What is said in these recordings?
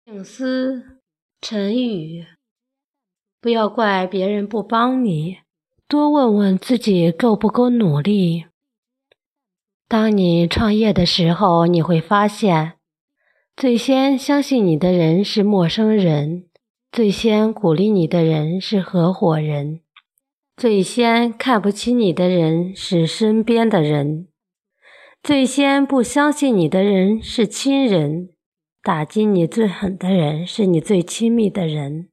醒思成语，不要怪别人不帮你，多问问自己够不够努力。当你创业的时候，你会发现，最先相信你的人是陌生人，最先鼓励你的人是合伙人，最先看不起你的人是身边的人，最先不相信你的人是亲人，打击你最狠的人是你最亲密的人。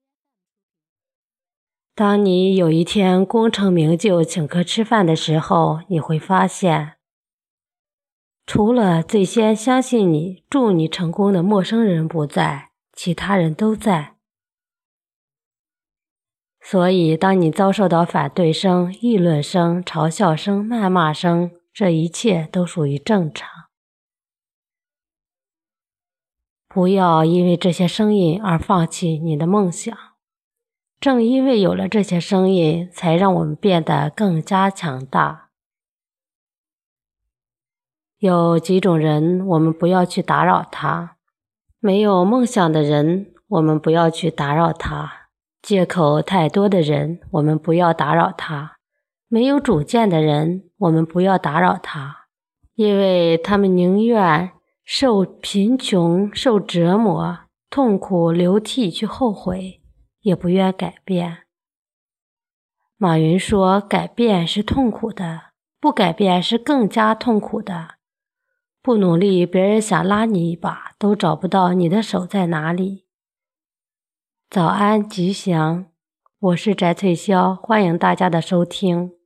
当你有一天功成名就请客吃饭的时候，你会发现，除了最先相信你祝你成功的陌生人不在，其他人都在。所以当你遭受到反对声、议论声、嘲笑声、谩骂声，这一切都属于正常。不要因为这些声音而放弃你的梦想。正因为有了这些声音，才让我们变得更加强大。有几种人，我们不要去打扰他。没有梦想的人，我们不要去打扰他。借口太多的人，我们不要打扰他。没有主见的人，我们不要打扰他，因为他们宁愿受贫穷、受折磨、痛苦、流涕去后悔，也不愿改变。马云说，改变是痛苦的，不改变是更加痛苦的。不努力，别人想拉你一把，都找不到你的手在哪里。早安，吉祥，我是翟翠霄，欢迎大家的收听。